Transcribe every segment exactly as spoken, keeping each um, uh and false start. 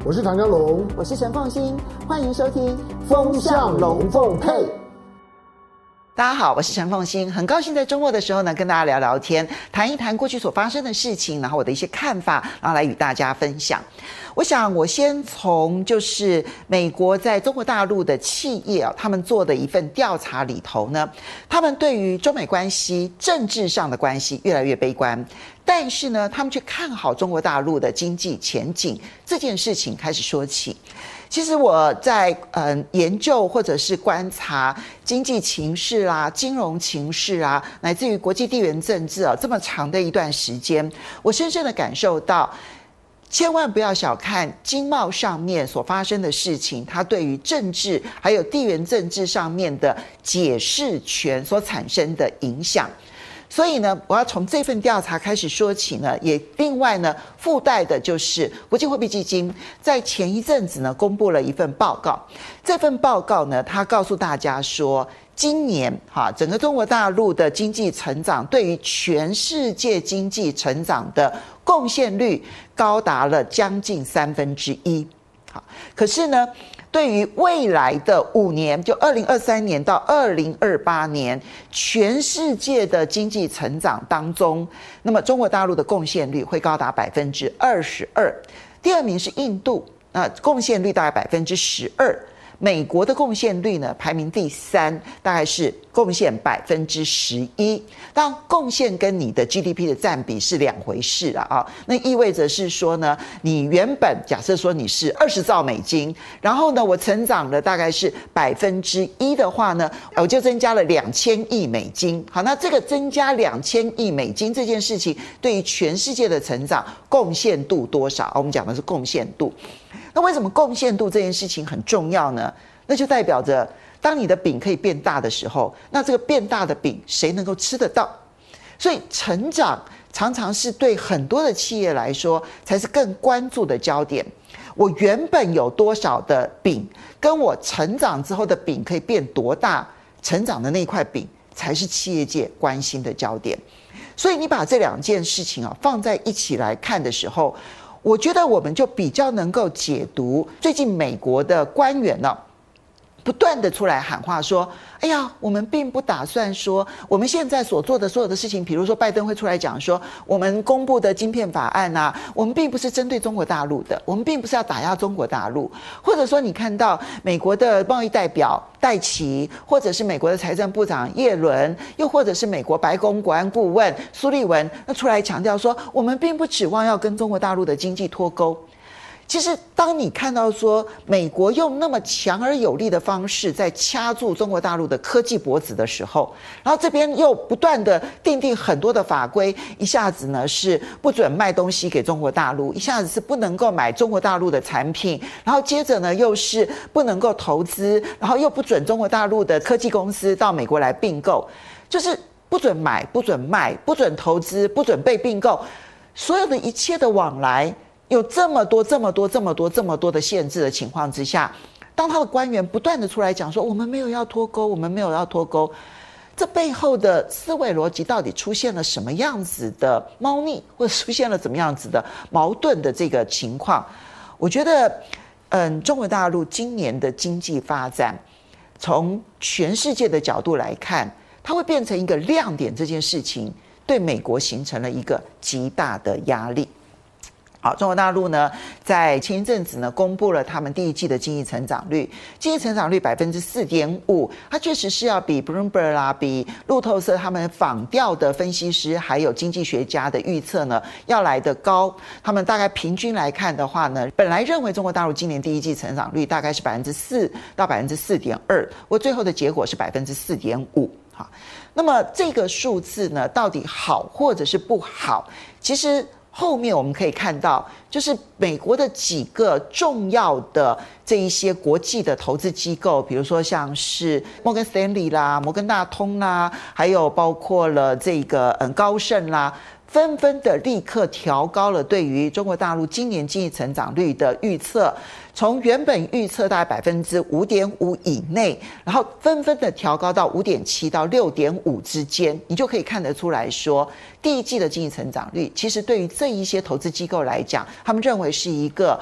我是唐湘龙， 我是陈凤馨，欢迎收听 《风向龙凤配》。 大家好，我是陈凤馨，很高兴在周末的时候呢，跟大家聊聊天，谈一谈过去所发生的事情，然后我的一些看法，然后来与大家分享。我想我先从就是美国在中国大陆的企业啊，他们做的一份调查里头呢，他们对于中美关系政治上的关系越来越悲观，但是呢，他们却看好中国大陆的经济前景，这件事情开始说起。其实我在嗯研究或者是观察经济情势啊、金融情势啊，乃至于国际地缘政治啊，这么长的一段时间，我深深的感受到，千万不要小看经贸上面所发生的事情，它对于政治还有地缘政治上面的解释权所产生的影响。所以呢，我要从这份调查开始说起呢，也另外呢附带的就是国际货币基金在前一阵子呢公布了一份报告。这份报告呢，它告诉大家说，今年哈整个中国大陆的经济成长对于全世界经济成长的贡献率高达了将近三分之一。好，可是呢，对于未来的五年，就二零二三年到二零二八年，全世界的经济成长当中，那么中国大陆的贡献率会高达百分之二十二。第二名是印度，那贡献率大概百分之十二。美国的贡献率呢排名第三，大概是贡献百分之十一。当然，贡献跟你的 G D P 的占比是两回事了啊。那意味着是说呢，你原本假设说你是二十兆美金，然后呢，我成长了大概是百分之一的话呢，我就增加了两千亿美金。好，那这个增加两千亿美金这件事情，对于全世界的成长贡献度多少？我们讲的是贡献度。那为什么贡献度这件事情很重要呢？那就代表着，当你的饼可以变大的时候，那这个变大的饼谁能够吃得到？所以成长常常是对很多的企业来说才是更关注的焦点。我原本有多少的饼，跟我成长之后的饼可以变多大，成长的那块饼才是企业界关心的焦点。所以你把这两件事情啊放在一起来看的时候，我觉得我们就比较能够解读最近美国的官员呢、啊，不断的出来喊话说，哎呀，我们并不打算说我们现在所做的所有的事情，比如说拜登会出来讲说，我们公布的晶片法案啊，我们并不是针对中国大陆的，我们并不是要打压中国大陆。或者说你看到美国的贸易代表戴奇，或者是美国的财政部长耶伦，又或者是美国白宫国安顾问苏利文，那出来强调说，我们并不指望要跟中国大陆的经济脱钩。其实当你看到说美国用那么强而有力的方式在掐住中国大陆的科技脖子的时候，然后这边又不断的订定很多的法规，一下子呢是不准卖东西给中国大陆，一下子是不能够买中国大陆的产品，然后接着呢又是不能够投资，然后又不准中国大陆的科技公司到美国来并购，就是不准买、不准卖、不准投资、不准被并购，所有的一切的往来有这么多、这么多、这么多、这么多的限制的情况之下，当他的官员不断的出来讲说，我们没有要脱钩，我们没有要脱钩，这背后的思维逻辑到底出现了什么样子的猫腻，或者出现了怎么样子的矛盾的这个情况？我觉得，嗯，中国大陆今年的经济发展，从全世界的角度来看，它会变成一个亮点，这件事情对美国形成了一个极大的压力。好，中国大陆呢，在前一阵子呢，公布了他们第一季的经济成长率，经济成长率百分之四点五，它确实是要比 Bloomberg 啦、比路透社他们仿调的分析师还有经济学家的预测呢，要来得高。他们大概平均来看的话呢，本来认为中国大陆今年第一季成长率大概是百分之四到百分之四点二，我最后的结果是百分之四点五。好，那么这个数字呢，到底好或者是不好？其实后面我们可以看到，就是美国的几个重要的这一些国际的投资机构，比如说像是摩根斯坦利啦、摩根大通啦，还有包括了这个嗯高盛啦，纷纷的立刻调高了对于中国大陆今年经济成长率的预测，从原本预测大概百分之五点五以内，然后纷纷的调高到五点七到六点五之间，你就可以看得出来说，第一季的经济成长率其实对于这一些投资机构来讲，他们认为是一个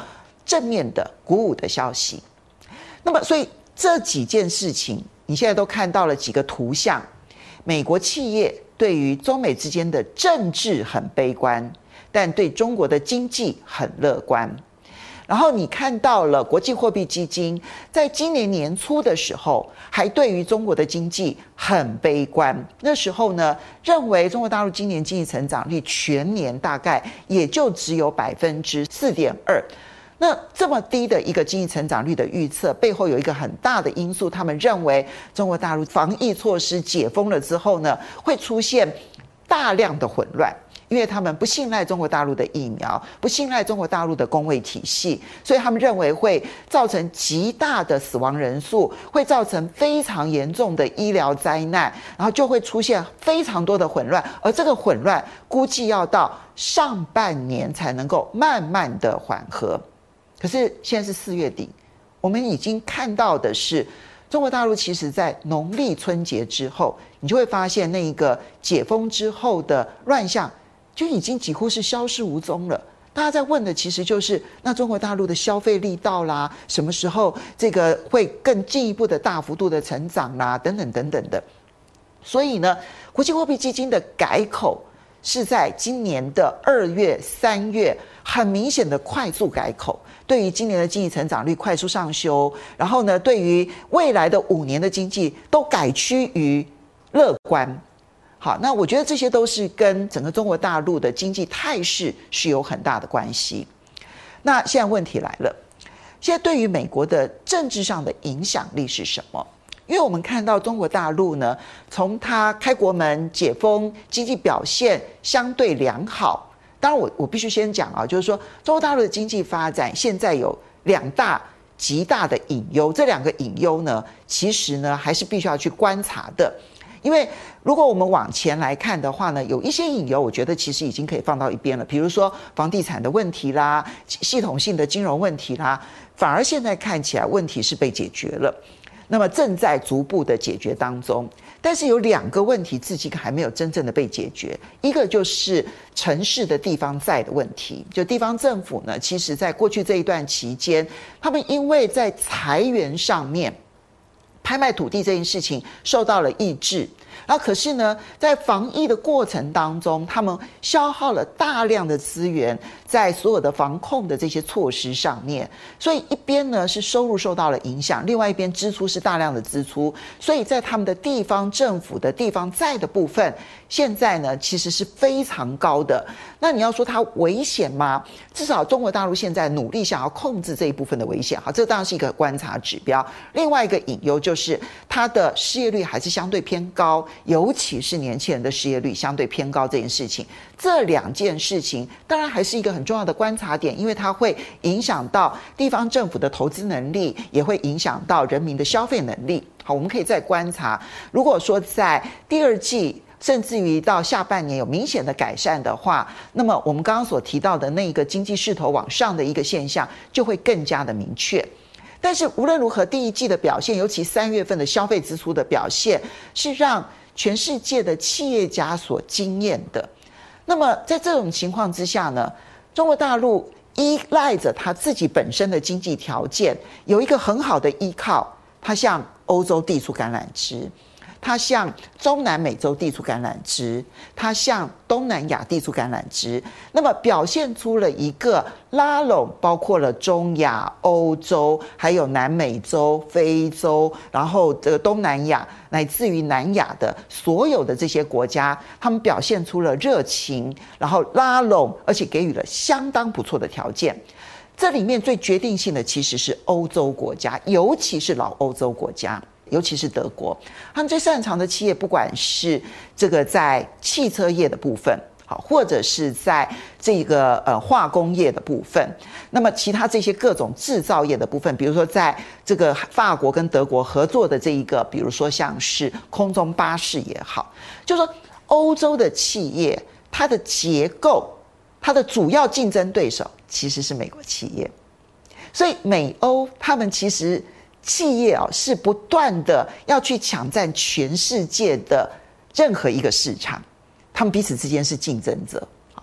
正面的鼓舞的消息。那么所以这几件事情你现在都看到了几个图像，美国企业对于中美之间的政治很悲观，但对中国的经济很乐观。然后你看到了国际货币基金在今年年初的时候还对于中国的经济很悲观，那时候呢认为中国大陆今年经济成长率全年大概也就只有百分之四点二。那这么低的一个经济成长率的预测背后有一个很大的因素，他们认为中国大陆防疫措施解封了之后呢会出现大量的混乱，因为他们不信赖中国大陆的疫苗，不信赖中国大陆的公卫体系，所以他们认为会造成极大的死亡人数，会造成非常严重的医疗灾难，然后就会出现非常多的混乱，而这个混乱估计要到上半年才能够慢慢的缓和。可是现在是四月底，我们已经看到的是中国大陆其实在农历春节之后，你就会发现那一个解封之后的乱象就已经几乎是消失无踪了。大家在问的其实就是那中国大陆的消费力道啦，什么时候这个会更进一步的大幅度的成长啦，等等等等的。所以呢，国际货币基金的改口是在今年的二月、三月，很明显的快速改口，对于今年的经济成长率快速上修，然后呢，对于未来的五年的经济都改趋于乐观。好，那我觉得这些都是跟整个中国大陆的经济态势是有很大的关系。那现在问题来了，现在对于美国的政治上的影响力是什么？因为我们看到中国大陆呢，从它开国门解封，经济表现相对良好。当然我，我必须先讲啊，就是说中国大陆的经济发展现在有两大极大的隐忧，这两个隐忧呢，其实呢还是必须要去观察的。因为如果我们往前来看的话呢，有一些隐忧，我觉得其实已经可以放到一边了。比如说房地产的问题啦，系统性的金融问题啦，反而现在看起来问题是被解决了，那么正在逐步的解决当中。但是有两个问题至今还没有真正的被解决，一个就是城市的地方债的问题。就地方政府呢，其实在过去这一段期间，他们因为在财源上面拍卖土地这件事情受到了抑制，然后可是呢，在防疫的过程当中，他们消耗了大量的资源在所有的防控的这些措施上面，所以一边呢是收入受到了影响，另外一边支出是大量的支出，所以在他们的地方政府的地方债的部分，现在呢其实是非常高的。那你要说它危险吗？至少中国大陆现在努力想要控制这一部分的危险，好，这当然是一个观察指标。另外一个隐忧就是它的失业率还是相对偏高，尤其是年轻人的失业率相对偏高这件事情，这两件事情当然还是一个很重要的观察点，因为它会影响到地方政府的投资能力，也会影响到人民的消费能力。好，我们可以再观察，如果说在第二季甚至于到下半年有明显的改善的话，那么我们刚刚所提到的那个经济势头往上的一个现象就会更加的明确。但是无论如何，第一季的表现，尤其三月份的消费支出的表现，是让全世界的企业家所惊艳的。那么在这种情况之下呢，中国大陆依赖着它自己本身的经济条件，有一个很好的依靠，它向欧洲递出橄榄枝，它向中南美洲递出橄榄枝，它向东南亚递出橄榄枝，那么表现出了一个拉拢包括了中亚、欧洲，还有南美洲、非洲，然后这个东南亚乃至于南亚的所有的这些国家，他们表现出了热情，然后拉拢，而且给予了相当不错的条件。这里面最决定性的其实是欧洲国家，尤其是老欧洲国家，尤其是德国，他们最擅长的企业，不管是这个在汽车业的部分，好，或者是在这个呃化工业的部分，那么其他这些各种制造业的部分，比如说在这个法国跟德国合作的这一个，比如说像是空中巴士也好，就是说欧洲的企业，它的结构，它的主要竞争对手其实是美国企业，所以美欧他们其实企业啊是不断的要去抢占全世界的任何一个市场，他们彼此之间是竞争者啊。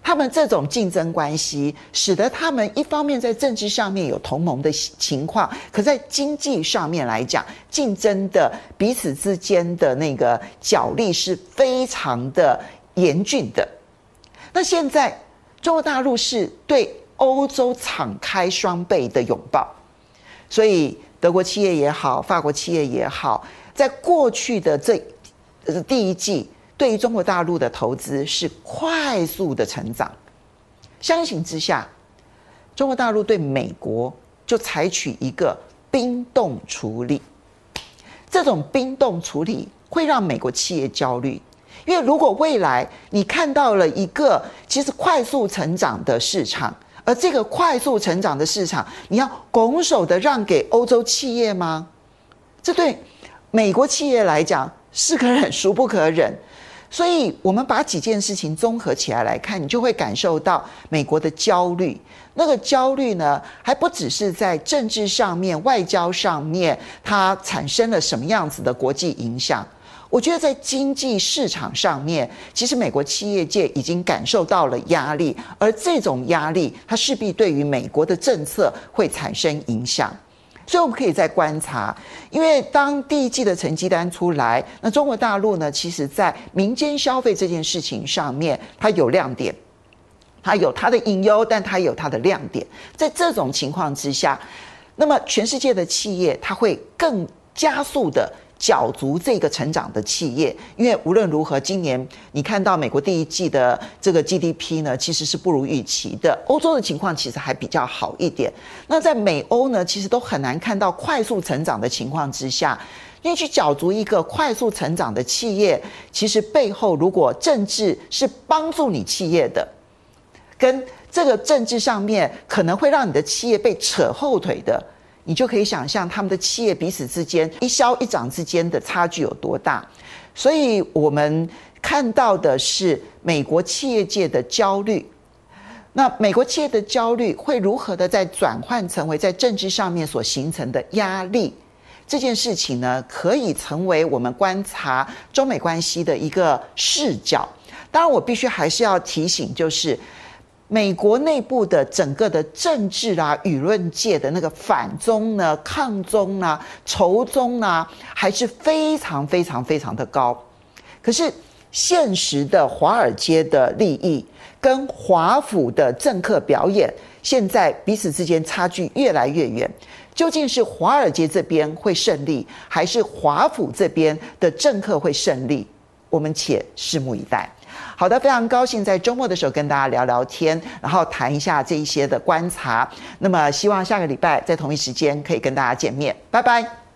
他们这种竞争关系，使得他们一方面在政治上面有同盟的情况，可在经济上面来讲，竞争的彼此之间的那个角力是非常的严峻的。那现在中国大陆是对欧洲敞开双倍的拥抱，所以德国企业也好，法国企业也好，在过去的这第一季，对于中国大陆的投资是快速的成长。相形之下，中国大陆对美国就采取一个冰冻处理，这种冰冻处理会让美国企业焦虑。因为如果未来你看到了一个其实快速成长的市场，而这个快速成长的市场，你要拱手的让给欧洲企业吗？这对美国企业来讲是可忍孰不可忍。所以我们把几件事情综合起来来看，你就会感受到美国的焦虑。那个焦虑呢，还不只是在政治上面、外交上面，它产生了什么样子的国际影响。我觉得在经济市场上面，其实美国企业界已经感受到了压力，而这种压力它势必对于美国的政策会产生影响。所以我们可以再观察，因为当第一季的成绩单出来，那中国大陆呢，其实在民间消费这件事情上面，它有亮点，它有它的隐忧，但它有它的亮点。在这种情况之下，那么全世界的企业它会更加速的角逐这个成长的企业，因为无论如何，今年你看到美国第一季的这个 G D P 呢，其实是不如预期的。欧洲的情况其实还比较好一点。那在美欧呢，其实都很难看到快速成长的情况之下，因为去角逐一个快速成长的企业，其实背后如果政治是帮助你企业的，跟这个政治上面可能会让你的企业被扯后腿的，你就可以想象他们的企业彼此之间一消一长之间的差距有多大。所以我们看到的是美国企业界的焦虑。那美国企业的焦虑会如何的再转换成为在政治上面所形成的压力？这件事情呢，可以成为我们观察中美关系的一个视角。当然，我必须还是要提醒，就是美国内部的整个的政治啊、舆论界的那个反中呢、抗中啊、仇中啊，还是非常非常非常的高。可是现实的华尔街的利益跟华府的政客表演，现在彼此之间差距越来越远。究竟是华尔街这边会胜利，还是华府这边的政客会胜利？我们且拭目以待。好的，非常高兴在周末的时候跟大家聊聊天，然后谈一下这一些的观察。那么希望下个礼拜在同一时间可以跟大家见面，拜拜。